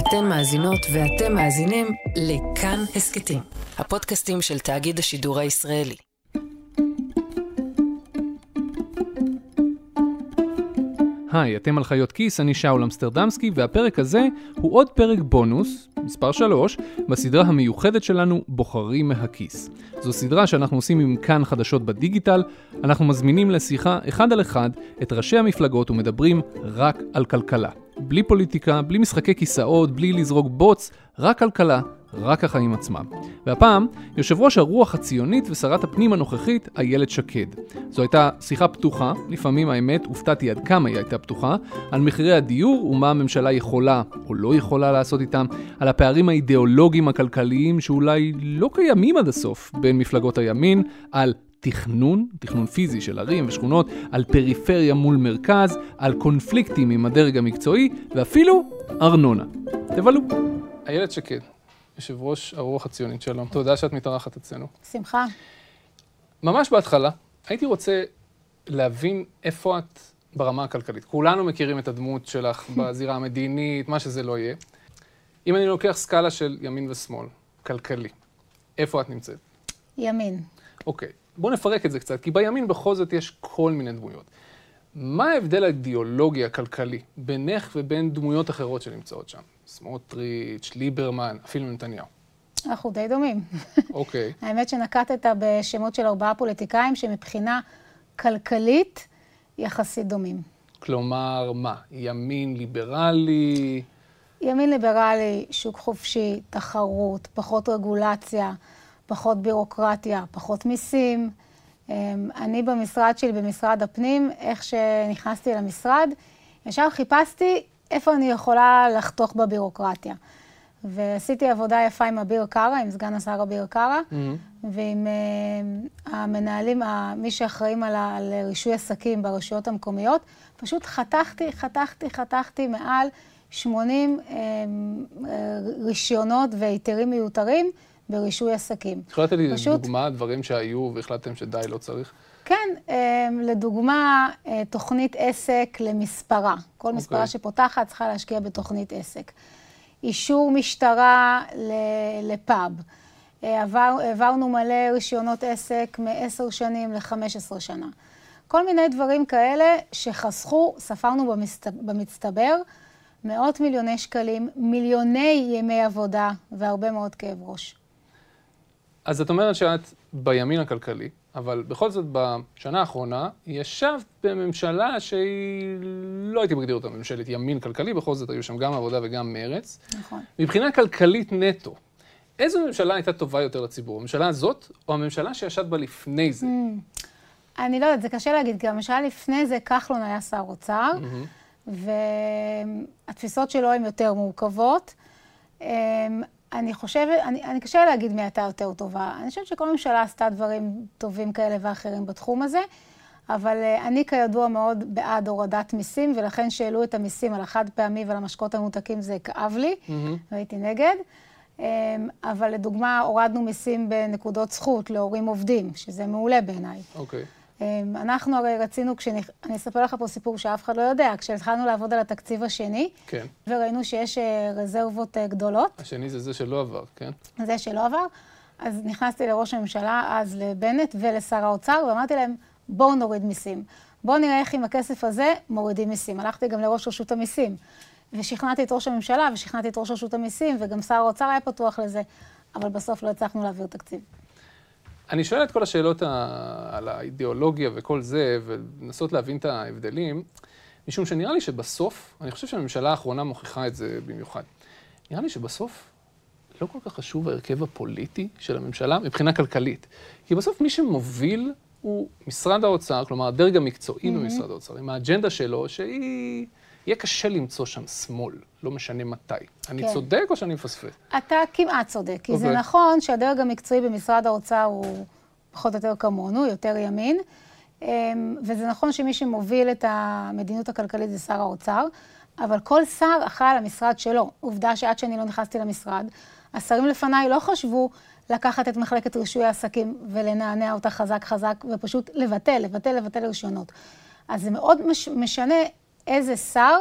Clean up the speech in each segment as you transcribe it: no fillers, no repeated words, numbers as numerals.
אתן מאזינות ואתם מאזינים לכאן הסקטים, הפודקאסטים של תאגיד השידור הישראלי. היי, אתם על חיות כיס, אני שאול אמסטרדמסקי, והפרק הזה הוא עוד פרק בונוס, מספר 3, בסדרה המיוחדת שלנו, בוחרים מהכיס. זו סדרה שאנחנו עושים עם כאן חדשות בדיגיטל, אנחנו מזמינים לשיחה אחד על אחד את ראשי המפלגות ומדברים רק על כלכלה. בלי פוליטיקה, בלי משחקי כיסאות, בלי לזרוק בוץ, רק כלכלה, רק החיים עצמם. והפעם, יושב ראש הרוח הציונית ושרת הפנים הנוכחית, איילת שקד. זו הייתה שיחה פתוחה, לפעמים האמת, הופתעתי עד כמה היא הייתה פתוחה, על מחירי הדיור ומה הממשלה יכולה או לא יכולה לעשות איתם, על הפערים האידיאולוגיים הכלכליים שאולי לא קיימים עד הסוף בין מפלגות הימין, על תכנון פיזי של ערים ושכונות, על פריפריה מול מרכז, על קונפליקטים עם הדרג המקצועי, ואפילו ארנונה. תבלו. איילת שקד, יושב ראש הרוח הציונית, שלום. תודה שאת מתארחת אצלנו. שמחה. ממש בהתחלה, הייתי רוצה להבין איפה את ברמה הכלכלית. כולנו מכירים את הדמות שלך בזירה המדינית, מה שזה לא יהיה. אם אני לוקח סקאלה של ימין ושמאל, כלכלי, איפה את נמצאת? ימין. אוקיי, בואו נפרק את זה קצת, כי בימין בכל זאת יש כל מיני דמויות. מה ההבדל האידיאולוגי הכלכלי בינך ובין דמויות אחרות שנמצאות שם? סמוטריץ', ליברמן, אפילו נתניהו. אנחנו די דומים. אוקיי. האמת שנקטת בשמות של 4 פוליטיקאים שמבחינה כלכלית יחסית דומים. כלומר, מה? ימין ליברלי? ימין ליברלי, שוק חופשי, תחרות, פחות רגולציה, פחות בירוקרטיה, פחות מיסים. אני במשרד שלי, במשרד הפנים, איך שנכנסתי למשרד, ישר חיפשתי איפה אני יכולה לחתוך בבירוקרטיה. ועשיתי עבודה יפה עם אביר קארה, עם סגן השר אביר קארה, ועם המנהלים, מי שאחראים על רישוי עסקים ברשויות המקומיות, פשוט חתכתי מעל 80 רישיונות והיתרים מיותרים ברישוי עסקים. יכולת לי דוגמה, דברים שהיו והחלטתם שדי לא צריך? כן, לדוגמה, תוכנית עסק למספרה. כל מספרה שפותחת צריכה להשקיע בתוכנית עסק. אישור משטרה לפאב. העברנו מלא רישיונות עסק מ10 שנים ל15 שנה. כל מיני דברים כאלה שחסכו, ספרנו במצטבר, מאות מיליוני שקלים, מיליוני ימי עבודה והרבה מאוד כאב ראש. אז את אומרת שאת בימין הכלכלי, אבל בכל זאת בשנה האחרונה ישבת בממשלה שהיא לא הייתי מגדיר אותה ממשלת ימין כלכלי, בכל זאת היו שם גם עבודה וגם מרץ. נכון. מבחינה כלכלית נטו, איזו ממשלה הייתה טובה יותר לציבור? הממשלה הזאת או הממשלה שישבת בה לפני זה? אני לא יודעת, זה קשה להגיד, כי הממשלה לפני זה כחלון היה שר אוצר, והתפיסות שלו הן יותר מורכבות. אני חושבת, אני קשה להגיד מי הייתה יותר טובה. אני חושבת שכל ממשלה עשתה דברים טובים כאלה ואחרים בתחום הזה, אבל אני כידוע מאוד בעד הורדת מיסים, ולכן שאלו את המיסים על החד פעמי ועל המשקאות הממותקים זה כאב לי, והייתי נגד. אבל לדוגמה, הורדנו מיסים בנקודות זכות להורים עובדים, שזה מעולה בעיניי. אוקיי. אנחנו הרי רצינו, אני אספר לך פה סיפור שאף אחד לא יודע, כשהתחלנו לעבוד על התקציב השני, כן. וראינו שיש רזרבות גדולות. השני זה שלא עבר, כן? זה שלא עבר. אז נכנסתי לראש הממשלה, אז לבנט ולשר האוצר, ואמרתי להם, בואו נוריד מיסים. בואו נראה איך עם הכסף הזה מורידים מיסים. הלכתי גם לראש רשות המיסים, ושכנעתי את ראש הממשלה, ושכנעתי את ראש רשות המיסים, וגם שר האוצר היה פתוח לזה, אבל בסוף לא הצלחנו להעביר תקציב. אני שואל את כל השאלות על האידיאולוגיה וכל זה, ולנסות להבין את ההבדלים, משום שנראה לי שבסוף, אני חושב שהממשלה האחרונה מוכיחה את זה במיוחד, נראה לי שבסוף לא כל כך חשוב ההרכב הפוליטי של הממשלה מבחינה כלכלית. כי בסוף מי שמוביל הוא משרד האוצר, כלומר הדרג המקצועי במשרד האוצר, עם האג'נדה שלו יהיה קשה למצוא שם שמאל, לא משנה מתי. אני צודק או שאני מפספס? אתה כמעט צודק, כי זה נכון שהדרג המקצועי במשרד האוצר הוא פחות או יותר כמונו, יותר ימין, וזה נכון שמי שמוביל את המדיניות הכלכלית זה שר האוצר, אבל כל שר אחראי על המשרד שלו. עובדה שעד שאני לא נכנסתי למשרד, השרים לפניי לא חשבו לקחת את מחלקת רישוי העסקים ולנענע אותה חזק ופשוט לבטל רישיונות. אז זה מאוד משנה איזה שר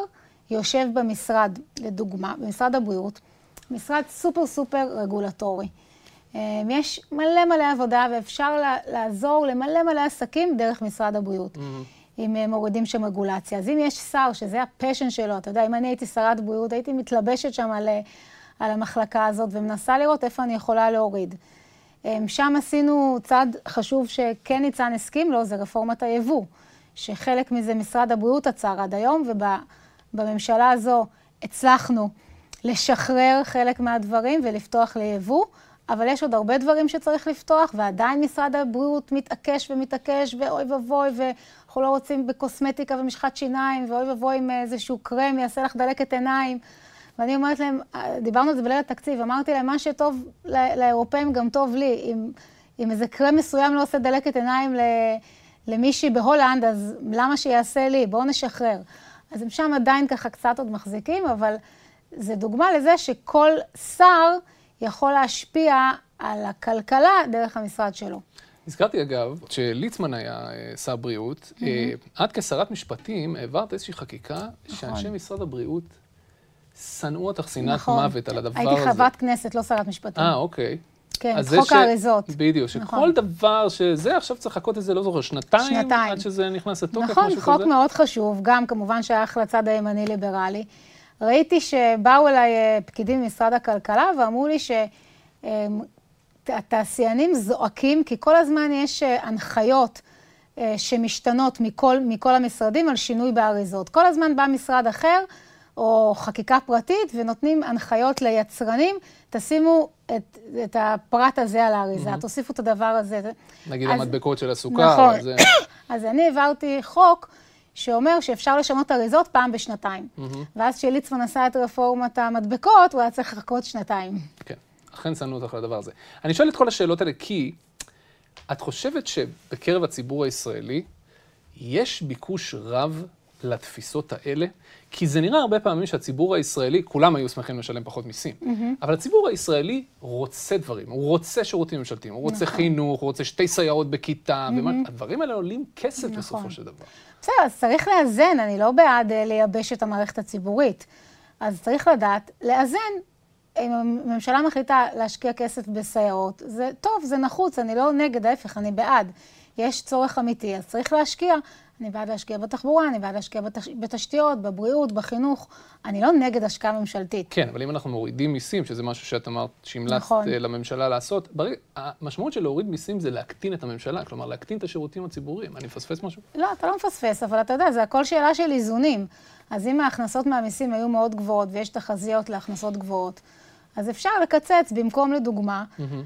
יושב במשרד, לדוגמה, במשרד הבריאות, משרד סופר רגולטורי. יש מלא עבודה ואפשר לעזור למלא עסקים דרך משרד הבריאות, אם מורידים שם רגולציה. אז אם יש שר שזה הפשן שלו, אתה יודע, אם אני הייתי שרת בריאות, הייתי מתלבשת שם על המחלקה הזאת ומנסה לראות איפה אני יכולה להוריד. שם עשינו צעד חשוב שכן ניצן הסכים לו, זה רפורמת היבוא, שחלק מזה משרד הבריאות עצר עד היום, ובממשלה הזו הצלחנו לשחרר חלק מהדברים ולפתוח ליבוא, אבל יש עוד הרבה דברים שצריך לפתוח, ועדיין משרד הבריאות מתעקש, ואוי ובוי, ואנחנו לא רוצים בקוסמטיקה ומשחת שיניים, ואוי ובוי עם איזשהו קרם, יעשה לך דלקת עיניים. ואני אומרת להם, דיברנו על זה בליל התקציב, אמרתי להם, מה שטוב לאירופאים גם טוב לי. אם איזה קרם מסוים לא עושה דלקת עיניים למישהי בהולנד, אז למה שיעשה לי? בואו נשחרר. אז הם שם עדיין ככה קצת עוד מחזיקים, אבל זה דוגמה לזה שכל שר יכול להשפיע על הכלכלה דרך המשרד שלו. הזכרתי אגב, שליצמן היה שר בריאות, את כשרת משפטים העברת איזושהי חקיקה שאנשי משרד הבריאות שנאו אותך שנאת מוות על הדבר הזה. הייתי חברת כנסת, לא שרת משפטים. אוקיי. כן, חוק האריזות. בדיוק, שכל דבר שזה עכשיו צריך לחכות איזה, לא זוכר, שנתיים עד שזה נכנס לתוקף, נכון, חוק מאוד חשוב, גם כמובן שייך לצד הימני-ליברלי. ראיתי שבאו אליי פקידים ממשרד הכלכלה ואמרו לי שהתעשיינים זועקים, כי כל הזמן יש הנחיות שמשתנות מכל המשרדים על שינוי באריזות. כל הזמן בא משרד אחר, או חקיקה פרטית, ונותנים הנחיות ליצרנים, תשימו את הפרט הזה על האריזה, תוסיפו את הדבר הזה. נגיד המדבקות של הסוכר. נכון. אז אני העברתי חוק שאומר שאפשר לשנות אריזות פעם בשנתיים. ואז כשליצמן עשה את רפורמת המדבקות, הוא היה צריך לחכות שנתיים. כן, אכן שנאו אותך לדבר הזה. אני שואל את כל השאלות האלה כי את חושבת שבקרב הציבור הישראלי יש ביקוש רב לתפיסות האלה? כי זה נראה הרבה פעמים שהציבור הישראלי, כולם היו שמחים לשלם פחות מיסים, אבל הציבור הישראלי רוצה דברים, הוא רוצה שירותים ממשלתיים, הוא רוצה חינוך, הוא רוצה 2 סייעות בכיתה, הדברים האלה עולים כסף בסופו של דבר. בסדר, אז צריך לאזן, אני לא בעד לייבש את המערכת הציבורית, אז צריך לדעת, לאזן, אם הממשלה מחליטה להשקיע כסף בסייעות, זה טוב, זה נחוץ, אני לא נגד, ההפך, אני בעד. יש צורך אמיתי, אז צריך להשקיע. אני בעד להשקיע בתחבורה, אני בעד להשקיע בתשתיות, בבריאות, בחינוך. אני לא נגד השקעה ממשלתית. כן, אבל אם אנחנו מורידים מיסים, שזה משהו שאת אמרת שהמלצת לממשלה לעשות, המשמעות של להוריד מיסים זה להקטין את הממשלה, כלומר להקטין את השירותים הציבוריים. אני מפספס משהו? לא, אתה לא מפספס, אבל אתה יודע, זה הכל שאלה של איזונים. אז אם ההכנסות מהמיסים היו מאוד גבוהות, ויש תחזיות להכנסות גבוהות, אז אפשר לקצץ במקום לדוגמה,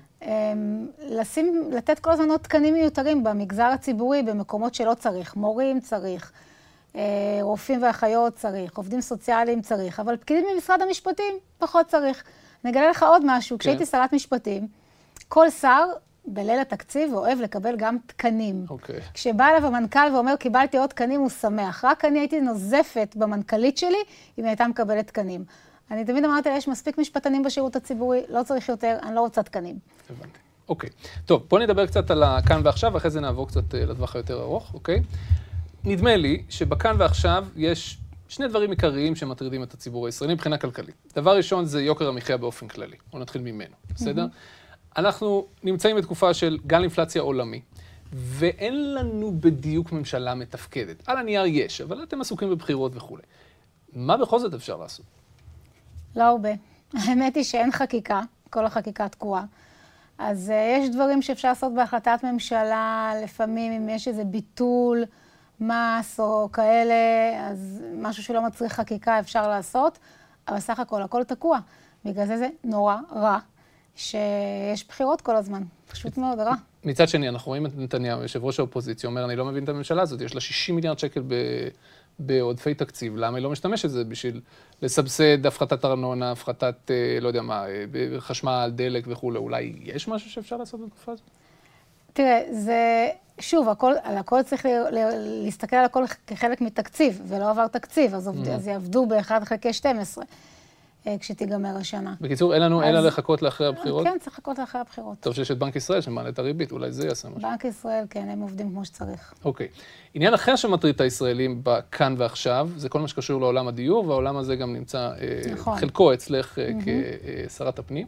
לתת כל הזמן עוד תקנים מיותרים במגזר הציבורי, במקומות שלא צריך. מורים צריך, רופאים ואחיות צריך, עובדים סוציאליים צריך, אבל פקידים ממשרד המשפטים פחות צריך. נגלה לך עוד משהו, כשהייתי שרת משפטים, כל שר בליל התקציב אוהב לקבל גם תקנים. כשבא אליו המנכ"ל ואומר, קיבלתי עוד תקנים, הוא שמח. רק אני הייתי נוזפת במנכ"לית שלי, אם היא הייתה מקבלת תקנים. אני תמיד אמרתי, יש מספיק משפטנים בשירות הציבורי, לא צריך יותר, אני לא רוצה תקנים. הבנתי. אוקיי. טוב, בוא נדבר קצת על הכאן ועכשיו, ואחרי זה נעבור קצת לטווח היותר ארוך, אוקיי? נדמה לי שבכאן ועכשיו יש 2 דברים עיקריים שמטרידים את הציבור הישראלי מבחינה כלכלית. דבר ראשון זה יוקר המחיה באופן כללי. בוא נתחיל ממנו, בסדר? אנחנו נמצאים בתקופה של גל אינפלציה עולמי, ואין לנו בדיוק ממשלה מתפקדת. על הנייר יש, אבל אתם עסוקים בבחירות וכו'. מה בכל זאת אפשר לעשות? לא הרבה. האמת היא שאין חקיקה, כל החקיקה תקועה. אז יש דברים שאפשר לעשות בהחלטת ממשלה, לפעמים אם יש איזה ביטול, מס או כאלה, אז משהו שלא מצריך חקיקה אפשר לעשות, אבל סך הכל תקוע. בגלל זה נורא רע, שיש בחירות כל הזמן. פשוט מאוד רע. מצד שני, אנחנו רואים את נתניהו, יושב ראש האופוזיציה, אומר, אני לא מבין את הממשלה הזאת, יש לה 60 מיליארד שקל בעודפי תקציב. למה היא לא משתמשת את זה? בשביל לסבסד הפחתת ארנונה, הפחתת, לא יודע מה, חשמל, דלק וכו'. אולי יש משהו שאפשר לעשות בתקופה הזאת? תראה, זה, שוב, על הכל צריך להסתכל על הכל כחלק מתקציב, ולא עבר תקציב, אז יעבדו ב1/12. כשתיגמר השנה. בקיצור, אין לנו אלא לחכות לאחרי הבחירות? כן, צריך לחכות לאחרי הבחירות. טוב שיש את בנק ישראל שמעלה את הריבית, אולי זה יעשה משהו. בנק ישראל, כן, הם עובדים כמו שצריך. אוקיי. עניין אחר שמטריד את הישראלים בכאן ועכשיו, זה כל מה שקשור לעולם הדיור, והעולם הזה גם נמצא חלקו אצלך כשרת הפנים.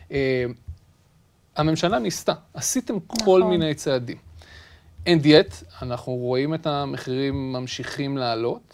הממשלה ניסתה, עשיתם כל מיני צעדים. אין דיאט, אנחנו רואים את המחירים ממשיכים לעלות.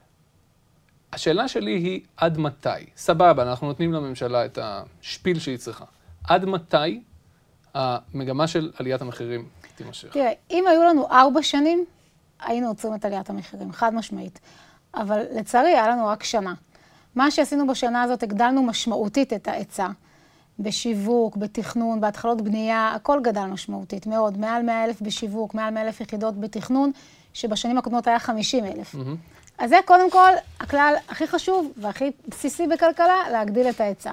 השאלה שלי היא עד מתי? סבבה, אנחנו נותנים לממשלה את השפיל שהיא צריכה. עד מתי המגמה של עליית המחירים תימשך? תראה, אם היו לנו 4 שנים, היינו עוצרים את עליית המחירים, חד משמעית. אבל לצערי היה לנו רק שנה. מה שעשינו בשנה הזאת, הגדלנו משמעותית את ההיצע. בשיווק, בתכנון, בהתחלות בנייה, הכל גדל משמעותית מאוד. מעל 100,000 בשיווק, מעל 100,000 יחידות בתכנון, שבשנים הקודמות היה 50,000. אז זה קודם כל הכלל הכי חשוב והכי בסיסי בכלכלה, להגדיל את ההיצע.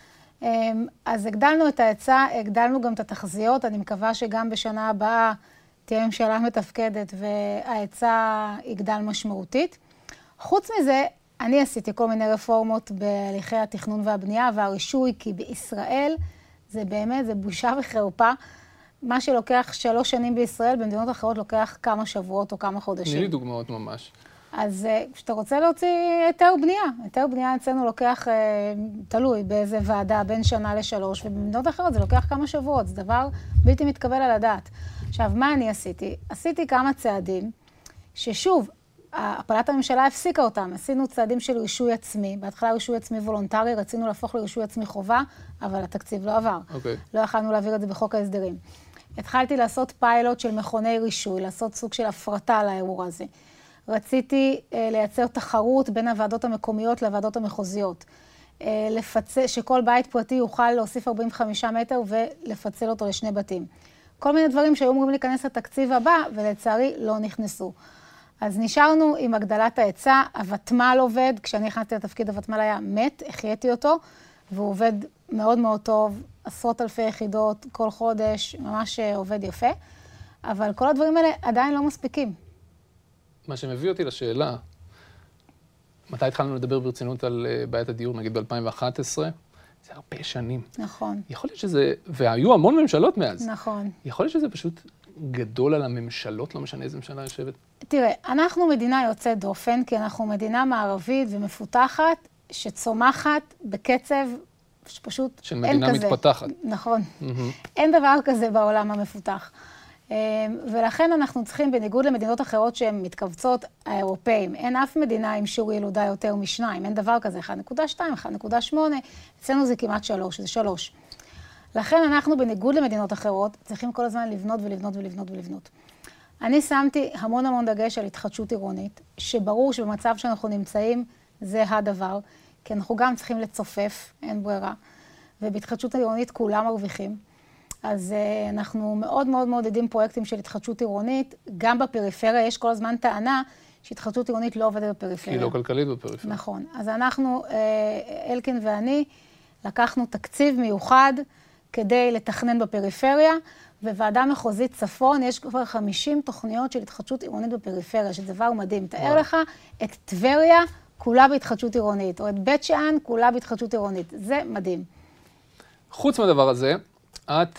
אז הגדלנו את ההיצע, הגדלנו גם את התחזיות, אני מקווה שגם בשנה הבאה תהיה ממשלה מתפקדת וההיצע יגדל משמעותית. חוץ מזה, אני עשיתי כל מיני רפורמות בהליכי התכנון והבנייה והרישוי, כי בישראל זה באמת, זה בושה וחרפה. מה שלוקח 3 שנים בישראל, במדינות אחרות לוקח כמה שבועות או כמה חודשים. תני לי דוגמאות ממש. אז כשאתה רוצה להוציא היתר בנייה, היתר בנייה אצלנו לוקח, תלוי באיזה ועדה, בין שנה ל3, ובמדינות אחרות זה לוקח כמה שבועות, זה דבר בלתי מתקבל על הדעת. עכשיו, מה אני עשיתי? עשיתי כמה צעדים, ששוב, הפלת הממשלה הפסיקה אותם. עשינו צעדים של רישוי עצמי, בהתחלה רישוי עצמי וולונטרי, רצינו להפוך לרישוי עצמי חובה, אבל התקציב לא עבר. לא יכלנו להעביר את זה בחוק ההסדרים. התחלתי לעשות פיילוט של מכוני רישוי, לעשות סוג של הפרטה לאירוע הזה. רציתי לייצר תחרות בין הוועדות המקומיות לוועדות המחוזיות. שכל בית פרטי יוכל להוסיף 45 מטר ולפצל אותו ל2 בתים. כל מיני דברים שהיו אמורים להיכנס לתקציב הבא, ולצערי לא נכנסו. אז נשארנו עם הגדלת ההיצע, הוותמ"ל עובד, כשאני נכנסתי לתפקיד הוותמ"ל היה מת, החייתי אותו, והוא עובד מאוד מאוד טוב, 10,000 יחידות כל חודש, ממש עובד יפה, אבל כל הדברים האלה עדיין לא מספיקים. מה שמביא אותי לשאלה, מתי התחלנו לדבר ברצינות על בעיית הדיור, נגיד ב-2011? זה הרבה שנים. נכון. יכול להיות שזה, והיו המון ממשלות מאז. נכון. יכול להיות שזה פשוט גדול על הממשלות, לא משנה איזה ממשלה יושבת. תראה, אנחנו מדינה יוצאת דופן, כי אנחנו מדינה מערבית ומפותחת, שצומחת בקצב שפשוט אין כזה. של מדינה מתפתחת. נכון. אין דבר כזה בעולם המפותח. ולכן אנחנו צריכים, בניגוד למדינות אחרות שהן מתכווצות, האירופאים, אין אף מדינה עם שיעור ילודה יותר מ2, אין דבר כזה, 1.2, 1.8, אצלנו זה כמעט 3, זה 3. לכן אנחנו, בניגוד למדינות אחרות, צריכים כל הזמן לבנות ולבנות ולבנות ולבנות. אני שמתי המון דגש על התחדשות עירונית, שברור שבמצב שאנחנו נמצאים זה הדבר, כי אנחנו גם צריכים לצופף, אין ברירה, ובהתחדשות עירונית כולם מרוויחים. אז אנחנו מאוד מאוד מעודדים פרויקטים של התחדשות עירונית, גם בפריפריה יש כל הזמן טענה שהתחדשות עירונית לא עובדת בפריפריה. היא לא כלכלית בפריפריה. נכון. אז אנחנו, אלקין ואני, לקחנו תקציב מיוחד כדי לתכנן בפריפריה, וועדה מחוזית צפון, יש כבר 50 תוכניות של התחדשות עירונית בפריפריה, שזה דבר מדהים. תאר לך את טבריה, כולה בהתחדשות עירונית, או את בית שאן, כולה בהתחדשות עירונית. זה מדהים. חוץ מהדבר הזה, את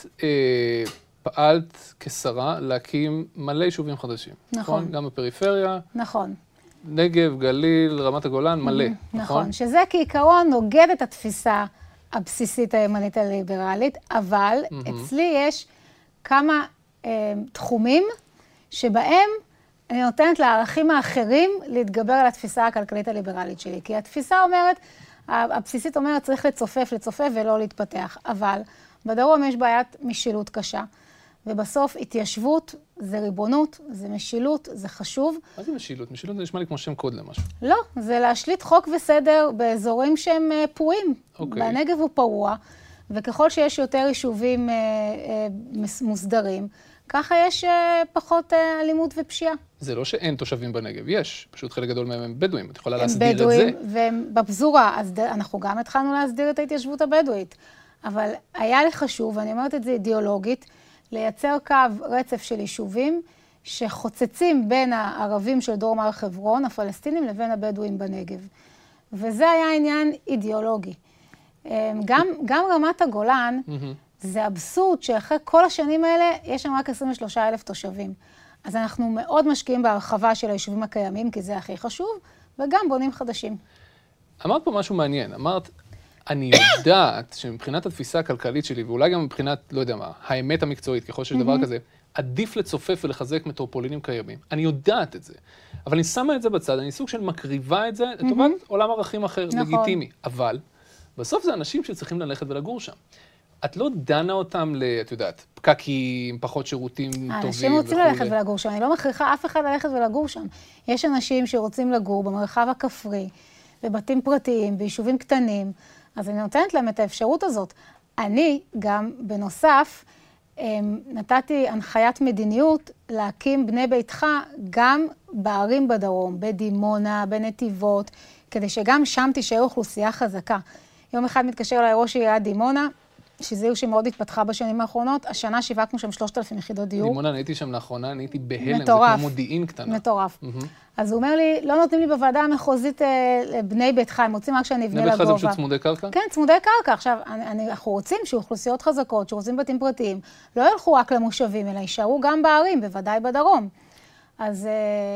פעלת כשרה להקים מלא יישובים חדשים. נכון. גם בפריפריה. נכון. נגב, גליל, רמת הגולן, מלא. נכון. שזה כעיקרון נוגד את התפיסה הבסיסית הימנית הליברלית, אבל אצלי יש כמה תחומים שבהם אני נותנת לערכים האחרים להתגבר על התפיסה הכלכלית הליברלית שלי. כי התפיסה אומרת, הבסיסית אומרת, צריך לצופף ולא להתפתח. אבל בדרום יש בעיית משילות קשה. ובסוף התיישבות זה ריבונות, זה משילות, זה חשוב. מה זה משילות? משילות זה נשמע לי כמו שם קוד למשהו. לא, זה להשליט חוק וסדר באזורים שהם פרועים. בנגב הוא פרוע, וככל שיש יותר יישובים מוסדרים, ככה יש פחות אלימות ופשיעה. זה לא שאין תושבים בנגב, יש. פשוט חלק גדול מהם הם בדואים. את יכולה להסדיר את זה? הם בדואים, והם בפזורה, אז אנחנו גם התחלנו להסדיר את ההתיישבות הבדואית. אבל היה לי חשוב, ואני אומרת את זה אידיאולוגית, לייצר קו רצף של יישובים שחוצצים בין הערבים של דרום הר חברון, הפלסטינים, לבין הבדואים בנגב. וזה היה עניין אידיאולוגי. גם רמת הגולן, זה אבסורד שאחרי כל השנים האלה, יש שם רק 23,000 תושבים. אז אנחנו מאוד משקיעים בהרחבה של היישובים הקיימים, כי זה הכי חשוב, וגם בונים חדשים. אמרת פה משהו מעניין, אמרת, אני יודעת שמבחינת התפיסה הכלכלית שלי, ואולי גם מבחינת, לא יודע מה, האמת המקצועית, ככל שיש דבר כזה, עדיף לצופף ולחזק מטרופולינים קיימים. אני יודעת את זה. אבל אני שמה את זה בצד, אני סוג של מקריבה את זה לטובת עולם ערכים אחר, לגיטימי. אבל בסוף זה אנשים שצריכים ללכת ולגור שם. את לא דנה אותם את יודעת, פקקים, פחות שירותים טובים וכו'. אנשים רוצים ללכת ולגור שם. אני לא מכריחה אף אחד ללכת ולגור שם. יש אנשים שרוצים לגור במרחב הכפרי, בבתים פרטיים, ביישובים קטנים, אז אני נותנת להם את האפשרות הזאת. אני גם, בנוסף, נתתי הנחיית מדיניות להקים בני ביתך גם בערים בדרום, בדימונה, בנתיבות, כדי שגם שם תישאר אוכלוסייה חזקה. יום אחד מתקשר אליי ראש עיריית דימונה, שזה עיר שמאוד התפתחה בשנים האחרונות, השנה שיווקנו שם 3,000 יחידות דיור. דימונה, אני הייתי שם לאחרונה, אני הייתי בהלם, זה כמו מודיעין קטנה. מטורף. אז הוא אומר לי, לא נותנים לי בוועדה המחוזית בני ביתך, הם רוצים רק שאני אבנה לגובה. בני ביתך זה פשוט צמודי קרקע? כן, צמודי קרקע. עכשיו, אנחנו רוצים שאוכלוסיות חזקות, שרוצים בתים פרטיים, לא ילכו רק למושבים, אלא יישארו גם בערים, בוודאי בדרום. אז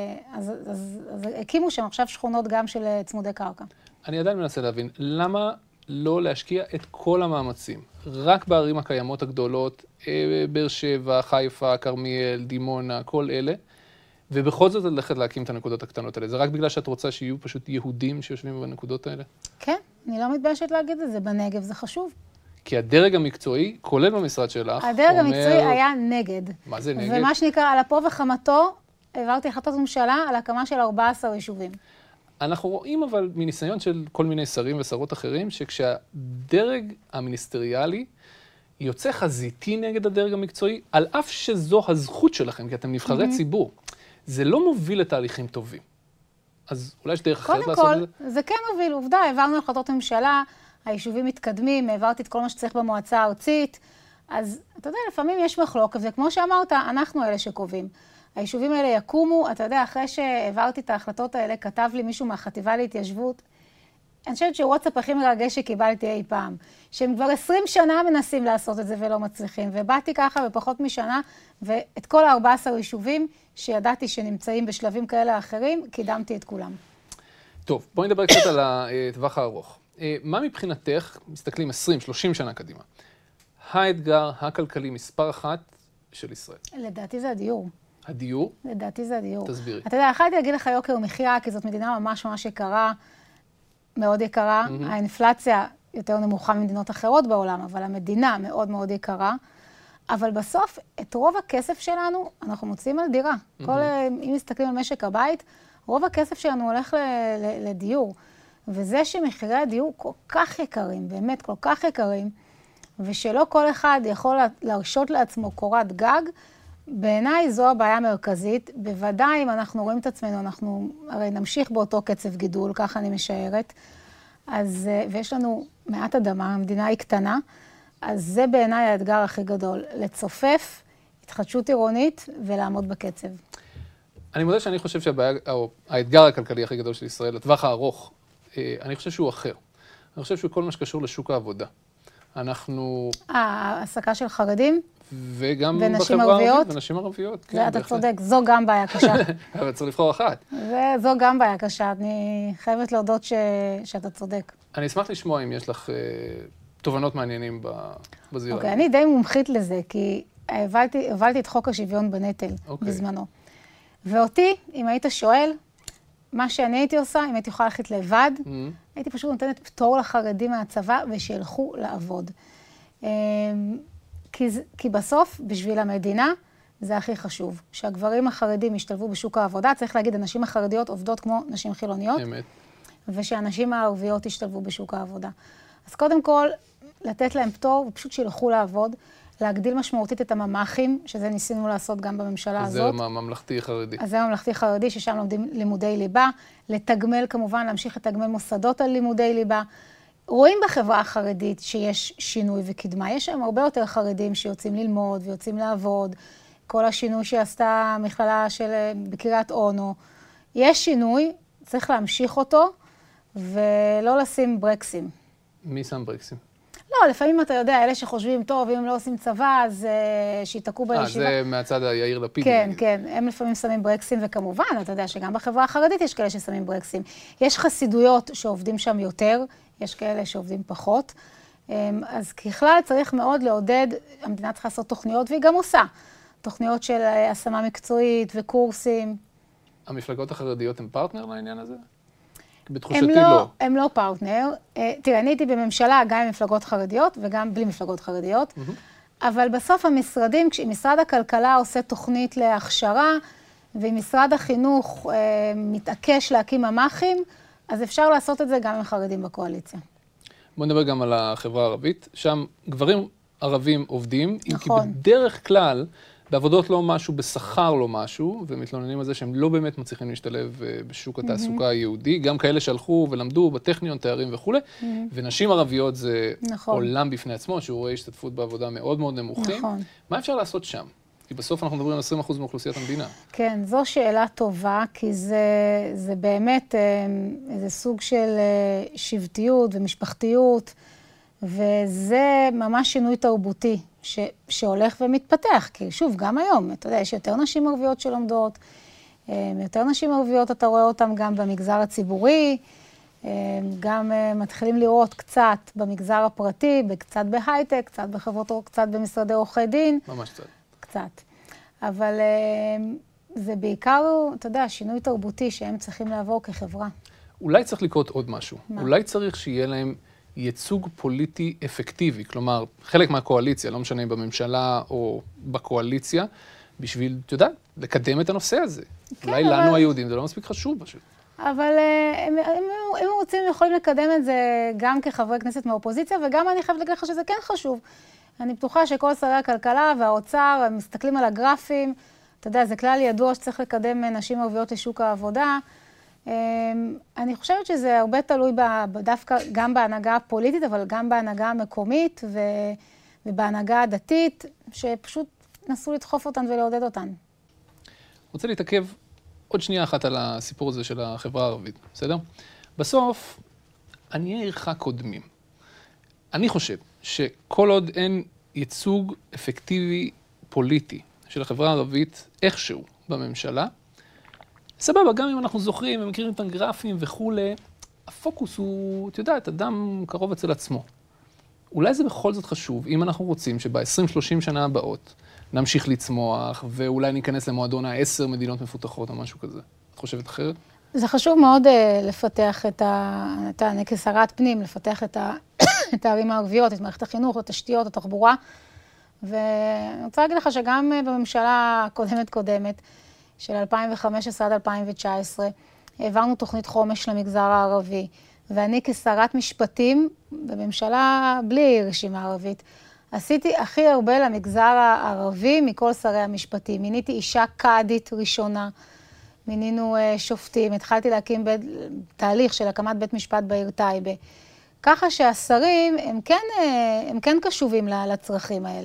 הקימו שם עכשיו שכונות גם של צמודי קרקע. אני עדיין מנסה להבין, למה לא להשקיע את כל המאמצים? רק בערים הקיימות הגדולות, באר שבע, חיפה, כרמיאל, דימונה, כל אלה, ובכל זאת ללכת להקים את הנקודות הקטנות האלה. זה רק בגלל שאת רוצה שיהיו פשוט יהודים שיושבים בנקודות האלה? כן, אני לא מתביישת להגיד את זה. בנגב זה חשוב. כי הדרג המקצועי, כולל במשרד שלך, הדרג המקצועי היה נגד. מה זה נגד? ומה שנקרא, על אפו וחמתו, העברתי החלטות ממשלה על הקמה של 14 יישובים. אנחנו רואים אבל מניסיון של כל מיני שרים ושרות אחרים, שכשהדרג המיניסטריאלי יוצא חזיתי נגד הדרג המקצועי, על אף שזו הזכות שלכם, כי אתם נבחרי ציבור, זה לא מוביל לתהליכים טובים. אז אולי יש דרך אחרת לעשות את זה? קודם כל, זה כן מוביל. עובדה, העברנו החלטות ממשלה, היישובים מתקדמים, העברתי את כל מה שצריך במועצה הארצית. אז אתה יודע, לפעמים יש מחלוקת, וכמו שאמרת, אנחנו אלה שקובעים. היישובים האלה יקומו, אתה יודע, אחרי שהעברתי את ההחלטות האלה, כתב לי מישהו מהחטיבה להתיישבות, אני חושבת שוואטסאפ הכי מרגש שקיבלתי אי פעם, שהם כבר 20 שנה מנסים לעשות את זה ולא מצליחים, ובאתי ככה בפחות משנה, ואת כל 14 יישובים שידעתי שנמצאים בשלבים כאלה אחרים, קידמתי את כולם. טוב, בואי נדבר קצת על הטווח הארוך. מה מבחינתך, מסתכלים 20-30 שנה קדימה, האתגר הכלכלי מספר אחת של ישראל? לדעתי זה הדיור. הדיור? לדעתי זה הדיור. תסבירי. אתה יודע, יכולתי להגיד לך יוקר מחיה, כי זאת מדינה ממש ממש יקרה, מאוד יקרה. האינפלציה יותר נמוכה ממדינות אחרות בעולם, אבל המדינה מאוד מאוד יקרה. אבל בסוף, את רוב הכסף שלנו, אנחנו מוצאים על דירה. אם מסתכלים על משק הבית, רוב הכסף שלנו הולך לדיור. וזה שמחירי הדיור כל כך יקרים, באמת כל כך יקרים, ושלא כל אחד יכול להרשות לעצמו קורת גג, בעיניי זו הבעיה המרכזית. בוודאי אם אנחנו רואים את עצמנו, אנחנו הרי נמשיך באותו קצב גידול, ככה אני משערת. אז, ויש לנו מעט אדמה, המדינה היא קטנה, אז זה בעיניי האתגר הכי גדול, לצופף, התחדשות עירונית ולעמוד בקצב. אני מודה שאני חושב שהאתגר הכלכלי הכי גדול של ישראל, לטווח הארוך, אני חושב שהוא אחר. אני חושב שהוא כל מה שקשור לשוק העבודה. אנחנו... העסקה של חרדים? וגם בחברה הערבית, ונשים ערביות. זה אתה צודק, זו גם בעיה קשה. אבל צריך לבחור אחת. זו גם בעיה קשה, אני חייבת להודות שאתה צודק. אני אשמח לשמוע אם יש לך תובנות מעניינים בזירה. אוקיי, אני די מומחית לזה, כי הובלתי את חוק השוויון בנטל בזמנו. ואותי, אם היית שואל, מה שאני הייתי עושה, אם הייתי יכולה ללכת לבד, הייתי פשוט נותנת פטור לחרדים מהצבא ושילכו לעבוד. כי בסוף, בשביל המדינה, זה הכי חשוב. שהגברים החרדים ישתלבו בשוק העבודה, צריך להגיד, הנשים החרדיות עובדות כמו נשים חילוניות, אמת. ושהנשים הערביות ישתלבו בשוק העבודה. אז קודם כל, לתת להם פטור, ופשוט שילכו לעבוד, להגדיל משמעותית את הממ"חים, שזה ניסינו לעשות גם בממשלה הזאת. זה ממלכתי חרדי. אז זה ממלכתי חרדי, ששם לומדים לימודי ליבה, לתגמל כמובן, להמשיך לתגמל מוסדות על לימודי ליבה. רואים בחברה החרדית שיש שינוי וקדמה. יש שם הרבה יותר חרדים שיוצאים ללמוד ויוצאים לעבוד. כל השינוי שעשתה המכללה בקריית אונו. יש שינוי, צריך להמשיך אותו, ולא לשים ברקסים. מי שם ברקסים? לא, לפעמים אתה יודע, אלה שחושבים, טוב, אם הם לא עושים צבא, אז שיתקעו בישיבה. זה מהצד היאיר לפיד. כן, כן, הם לפעמים שמים ברקסים, וכמובן, אתה יודע שגם בחברה החרדית יש כאלה ששמים ברקסים. יש חסידויות שעובדים שם יותר, יש כאלה שעובדים פחות. אז ככלל צריך מאוד לעודד, המדינה צריכה לעשות תוכניות, והיא גם עושה. תוכניות של השמה מקצועית וקורסים. המפלגות החרדיות הן פרטנר לעניין הזה? בתחושתי לא. הם לא פרטנר. תראה, אני הייתי בממשלה גם עם מפלגות חרדיות וגם בלי מפלגות חרדיות, אבל בסוף המשרדים, כשמשרד הכלכלה עושה תוכנית להכשרה, ואם משרד החינוך מתעקש להקים ממ"חים, אז אפשר לעשות את זה גם עם חרדים בקואליציה. בוא נדבר גם על החברה הערבית. שם גברים ערבים עובדים, נכון. כי בדרך כלל בעבודות לא משהו, בשכר לא משהו, ומתלוננים על זה שהם לא באמת מצליחים להשתלב בשוק התעסוקה היהודי, גם כאלה שהלכו ולמדו בטכניון, תארים וכו', ונשים ערביות זה עולם בפני עצמו, שיעורי השתתפות בעבודה מאוד מאוד נמוכים. נכון. מה אפשר לעשות שם? כי בסוף אנחנו מדברים על 20% מאוכלוסיית המדינה. כן, זו שאלה טובה, כי זה באמת איזה סוג של שבטיות ומשפחתיות, וזה ממש שינוי תרבותי שהולך ומתפתח, כי שוב, גם היום, אתה יודע, יש יותר נשים ערביות שלומדות, יותר נשים ערביות, אתה רואה אותן גם במגזר הציבורי, גם מתחילים לראות קצת במגזר הפרטי, קצת בהייטק, קצת בחברות, קצת במשרדי עורכי דין. ממש קצת. קצת. אבל זה בעיקר, אתה יודע, שינוי תרבותי שהם צריכים לעבור כחברה. אולי צריך לקרות עוד משהו. מה? אולי צריך שיהיה להם ייצוג פוליטי אפקטיבי, כלומר, חלק מהקואליציה, לא משנה בממשלה או בקואליציה, בשביל, אתה יודע, לקדם את הנושא הזה. כן, אולי לנו היהודים זה לא מספיק חשוב פשוט. אבל הם רוצים, יכולים לקדם את זה גם כחברי כנסת מהאופוזיציה, וגם אני חייבת להגיד לך שזה כן חשוב. אני בטוחה שכל שרי הכלכלה והאוצר, הם מסתכלים על הגרפים, אתה יודע, זה כלל ידוע שצריך לקדם נשים ערביות לשוק העבודה. אני חושבת שזה הרבה תלוי דווקא גם בהנהגה הפוליטית, אבל גם בהנהגה המקומית ובהנהגה הדתית, שפשוט נסו לדחוף אותן ולעודד אותן. רוצה להתעכב עוד שנייה אחת על הסיפור הזה של החברה הערבית, בסדר? בסוף, עניי עירך קודמים. אני חושב שכל עוד אין ייצוג אפקטיבי פוליטי של החברה הערבית איכשהו בממשלה, סבבה, גם אם אנחנו זוכרים ומכירים את הגרפים וכו', הפוקוס הוא, אתה יודע, את אדם קרוב אצל עצמו. אולי זה בכל זאת חשוב, אם אנחנו רוצים שב-20-30 שנה הבאות נמשיך לצמוח, ואולי ניכנס למועדון 10 מדינות מפותחות או משהו כזה. את חושבת אחרת? זה חשוב מאוד לפתח אני כשרת פנים, לפתח את הערים הערביות, את מערכת החינוך, את התשתיות, את התחבורה. ואני רוצה להגיד לך שגם בממשלה קודמת, של 2015 עד 2019, העברנו תוכנית חומש למגזר הערבי, ואני כשרת משפטים, בממשלה בלי רשימה ערבית, עשיתי הכי הרבה למגזר הערבי מכל שרי המשפטים. מיניתי אישה קאדית ראשונה, מינינו שופטים, התחלתי להקים תהליך של הקמת בית משפט בעיר טייבה. ככה שהשרים הם כן קשובים לצרכים האלה.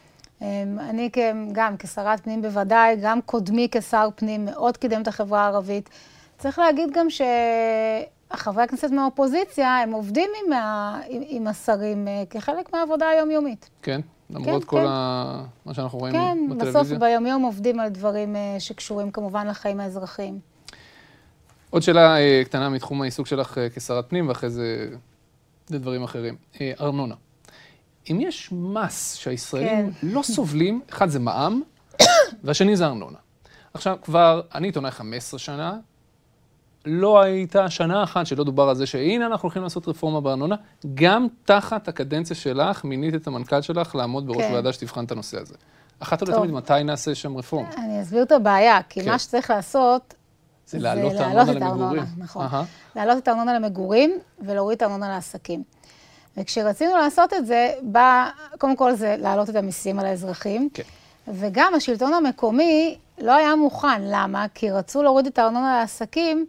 אני גם כשרת פנים בוודאי, גם קודמי כשר פנים מאוד קידם את החברה הערבית. צריך להגיד גם שהחברי הכנסת מהאופוזיציה, הם עובדים עם השרים כחלק מהעבודה היומיומית. כן, למרות כל מה שאנחנו רואים בטלוויזיה. כן, בסוף ביומיום עובדים על דברים שקשורים כמובן לחיים האזרחיים. עוד שאלה קטנה מתחום העיסוק שלך כשרת פנים, ואחרי זה דברים אחרים. ארנונה. אם יש מס שהישראלים לא סובלים, אחד זה מע"מ, והשני זה ארנונה. עכשיו, כבר, אני עיתונאי 15 שנה, לא הייתה שנה אחת שלא דובר על זה שהנה אנחנו הולכים לעשות רפורמה בארנונה, גם תחת הקדנציה שלך, מינית את המנכ"ל שלך לעמוד בראש ועדה שתבחן את הנושא הזה. אחת עוד תמיד, מתי נעשה שם רפורמה? אני אסביר את הבעיה, כי מה שצריך לעשות, זה להעלות את הארנונה למגורים. נכון. להעלות את הארנונה למגורים ולהוריד את הארנונה לעסקים. וכשרצינו לעשות את זה, קודם כל זה להעלות את המיסים על האזרחים, וגם השלטון המקומי לא היה מוכן. למה? כי רצו להוריד את הארנונה לעסקים,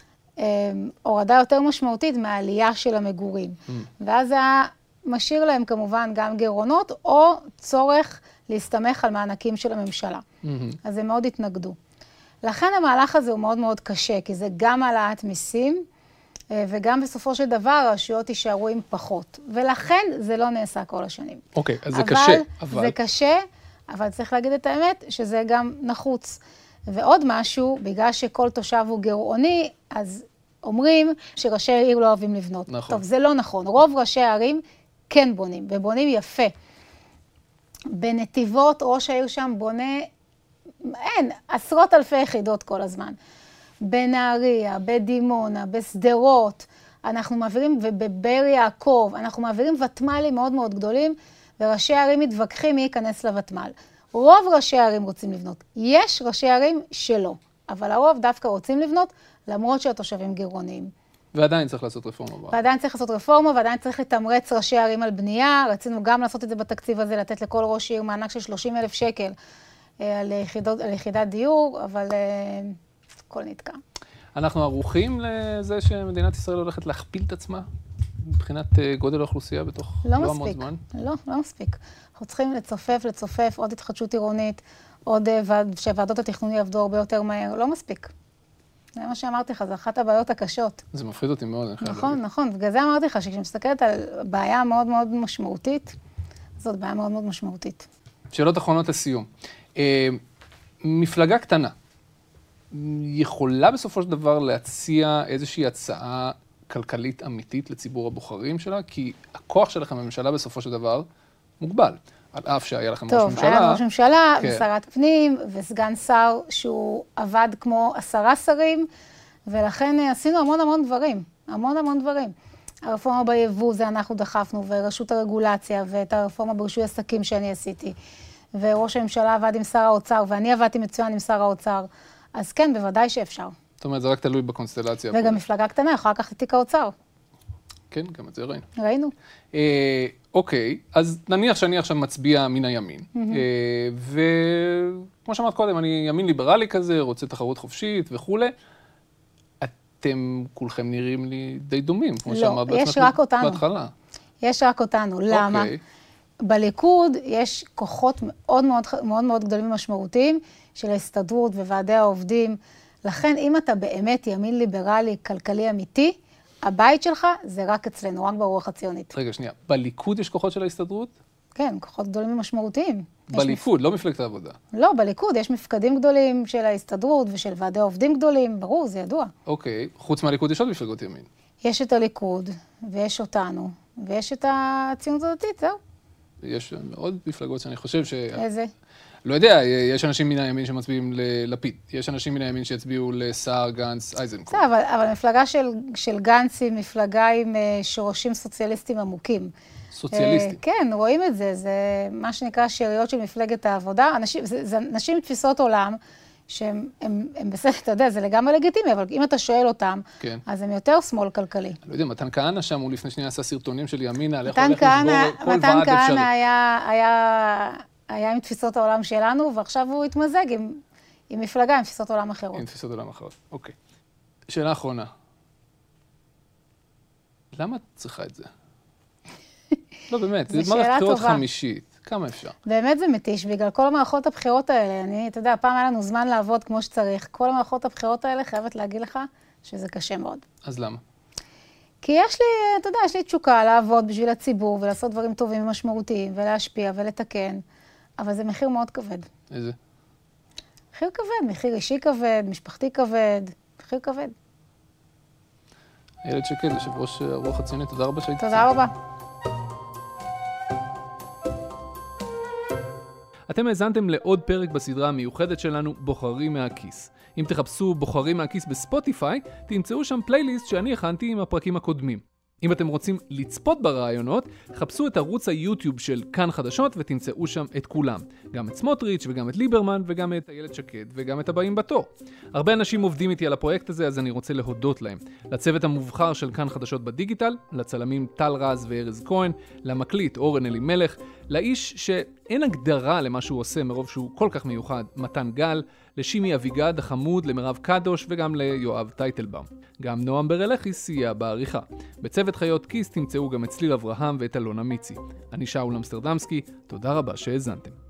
הורדה יותר משמעותית מהעלייה של המגורים. ואז זה היה משאיר להם כמובן גם גירעונות, או צורך להסתמך על מענקים של הממשלה. אז הם מאוד התנגדו. לכן המהלך הזה הוא מאוד מאוד קשה, כי זה גם העלאת מיסים, וגם בסופו של דבר הרשויות יישארו עם פחות. ולכן זה לא נעשה כל השנים. אוקיי, אז זה קשה. זה קשה, אבל צריך להגיד את האמת שזה גם נחוץ. ועוד משהו, בגלל שכל תושב הוא גירעוני, אז אומרים שראשי העיר לא אוהבים לבנות. נכון. טוב, זה לא נכון. רוב ראשי הערים כן בונים, ובונים יפה. בנתיבות, ראש העיר שם בונה, אין, עשרות אלפי יחידות כל הזמן. בנהריה, בדימונה, בסדרות, אנחנו מעבירים, ובבאר יעקב, אנחנו מעבירים ותמ"לים מאוד מאוד גדולים, וראשי הערים מתווכחים מי ייכנס לוותמ"ל. רוב ראשי הערים רוצים לבנות. יש ראשי הערים שלא, אבל הרוב דווקא רוצים לבנות, למרות שהתושבים גירעוניים. ועדיין צריך לעשות רפורמה. ועדיין צריך לעשות רפורמה, ועדיין צריך לתמרץ ראשי הערים על בנייה. רצינו גם לעשות את זה בתקציב הזה, לתת לכל ראש עיר מענק של 30,000 שקל על יחידת דיור, אבל הכל נתקע. אנחנו ערוכים לזה שמדינת ישראל הולכת להכפיל את עצמה מבחינת גודל האוכלוסייה בתוך לא המון זמן? לא מספיק. אנחנו צריכים לצופף, עוד התחדשות עירונית, עוד שוועדות התכנון יעבדו הרבה יותר מהר. לא מספיק. זה מה שאמרתי לך, זה אחת הבעיות הקשות. זה מפחיד אותי מאוד. נכון. בגלל זה אמרתי לך, שכשמסתכלת על בעיה מאוד מאוד משמעותית, זאת בעיה מאוד מאוד משמעותית. שאלות אחרונות לסיום. מפלגה קטנה, יכולה בסופו של דבר להציע איזושהי הצעה כלכלית אמיתית לציבור הבוחרים שלה? כי הכוח שלכם בממשלה בסופו של דבר מוגבל. על אף שהיה לכם ראש ממשלה. טוב, היה ראש ממשלה, ושרת פנים, וסגן שר שהוא עבד כמו 10 שרים, ולכן עשינו המון דברים. המון דברים. הרפורמה ביבוא, זה אנחנו דחפנו, ורשות הרגולציה, ואת הרפורמה ברישוי עסקים שאני עשיתי. וראש הממשלה עבד עם שר האוצר, ואני עבדתי מצוין עם שר האוצר. אז כן, בוודאי שאפשר. זאת אומרת, זה רק תלוי בקונסטלציה. וגם מפלגה קטנה, יכולה לקחת את תיק האוצר. כן, גם את זה ראינו. ראינו. אוקיי, אז נניח שאני עכשיו מצביע מן הימין. וכמו שאמרת קודם, אני ימין ליברלי כזה, רוצה תחרות חופשית וכו'. אתם כולכם נראים לי די דומים, כמו שאמרת בעצמך בהתחלה. לא, יש רק אותנו. בהתחלה. יש רק אותנו. למה? בליכוד יש כוחות מאוד גדולים ומשמעותיים של ההסתדרות וועדי העובדים. לכן, אם אתה באמת ימין ליברלי, כלכלי אמיתי, הבית שלך זה רק אצלנו, רק ברוח הציונית. רגע, שנייה. בליכוד יש כוחות של ההסתדרות? כן, כוחות גדולים ומשמעותיים. בליכוד, לא מפלגת העבודה. לא, בליכוד יש מפקדים גדולים של ההסתדרות ושל ועדי עובדים גדולים, ברור, זה ידוע. אוקיי, חוץ מהליכוד יש עוד מפלגות ימין. יש את הליכוד, ויש אותנו, ויש את הציונות הדתית, זהו. יש עוד מפלגות שאני חושב ש... איזה? לא יודע, יש אנשים מן הימין שמצביעים ללפיד, יש אנשים מן הימין שיצביעו לסער, גנץ, אייזנקוט. אבל מפלגה של גנץ היא מפלגה עם שורשים סוציאליסטים עמוקים. סוציאליסטים? כן, רואים את זה, זה מה שנקרא שאריות של מפלגת העבודה. זה אנשים עם תפיסות עולם, שהם בסדר, אתה יודע, זה לגמרי לגיטימי, אבל אם אתה שואל אותם, אז הם יותר שמאל כלכלי. אני לא יודע, מתן כהנא שם, הוא לפני שנייה עשה סרטונים של ימינה, על איך הולך לשבור כל ועד אפשרי. מתן כהנא היה עם תפיסות העולם שלנו, ועכשיו הוא התמזג עם מפלגה, עם תפיסות עולם אחרות. עם תפיסות עולם אחרות, אוקיי. שאלה אחרונה. למה את צריכה את זה? לא, באמת, זה מערכת בחירות חמישית. כמה אפשר? באמת זה מתיש, בגלל כל המערכות הבחירות האלה. אתה יודע, פעם היה לנו זמן לעבוד כמו שצריך. כל המערכות הבחירות האלה חייבת להגיד לך שזה קשה מאוד. אז למה? כי יש לי, אתה יודע, יש לי תשוקה לעבוד בשביל הציבור, ולעשות דברים טובים ומשמעותיים, ולהשפיע ולתקן. אבל זה מחיר מאוד כבד. איזה? מחיר כבד, מחיר אישי כבד, משפחתי כבד, מחיר כבד. איילת שקד, יושב ראש הרוח הציונית, תודה רבה שהיית. תודה רבה. אתם האזנתם לעוד פרק בסדרה המיוחדת שלנו, בוחרים מהכיס. אם תחפשו בוחרים מהכיס בספוטיפיי, תמצאו שם פלייליסט שאני הכנתי עם הפרקים הקודמים. אם אתם רוצים לצפות ברעיונות, חפשו את ערוץ היוטיוב של כאן חדשות ותמצאו שם את כולם. גם את סמוטריץ' וגם את ליברמן וגם את איילת שקד וגם את הבאים בתור. הרבה אנשים עובדים איתי על הפרויקט הזה, אז אני רוצה להודות להם. לצוות המובחר של כאן חדשות בדיגיטל, לצלמים טל רז וארז כהן, למקליט אורן אלימלך, לאיש שאין הגדרה למה שהוא עושה מרוב שהוא כל כך מיוחד, מתן גל, לשימי אביגד החמוד, למרב קדוש וגם ליואב טייטלבאום. גם נועם ברלכי סייע בעריכה. בצוות חיות כיס תמצאו גם את צליל אברהם ואת אלונה מיצי. אני שאול אמסטרדמסקי, תודה רבה שהאזנתם.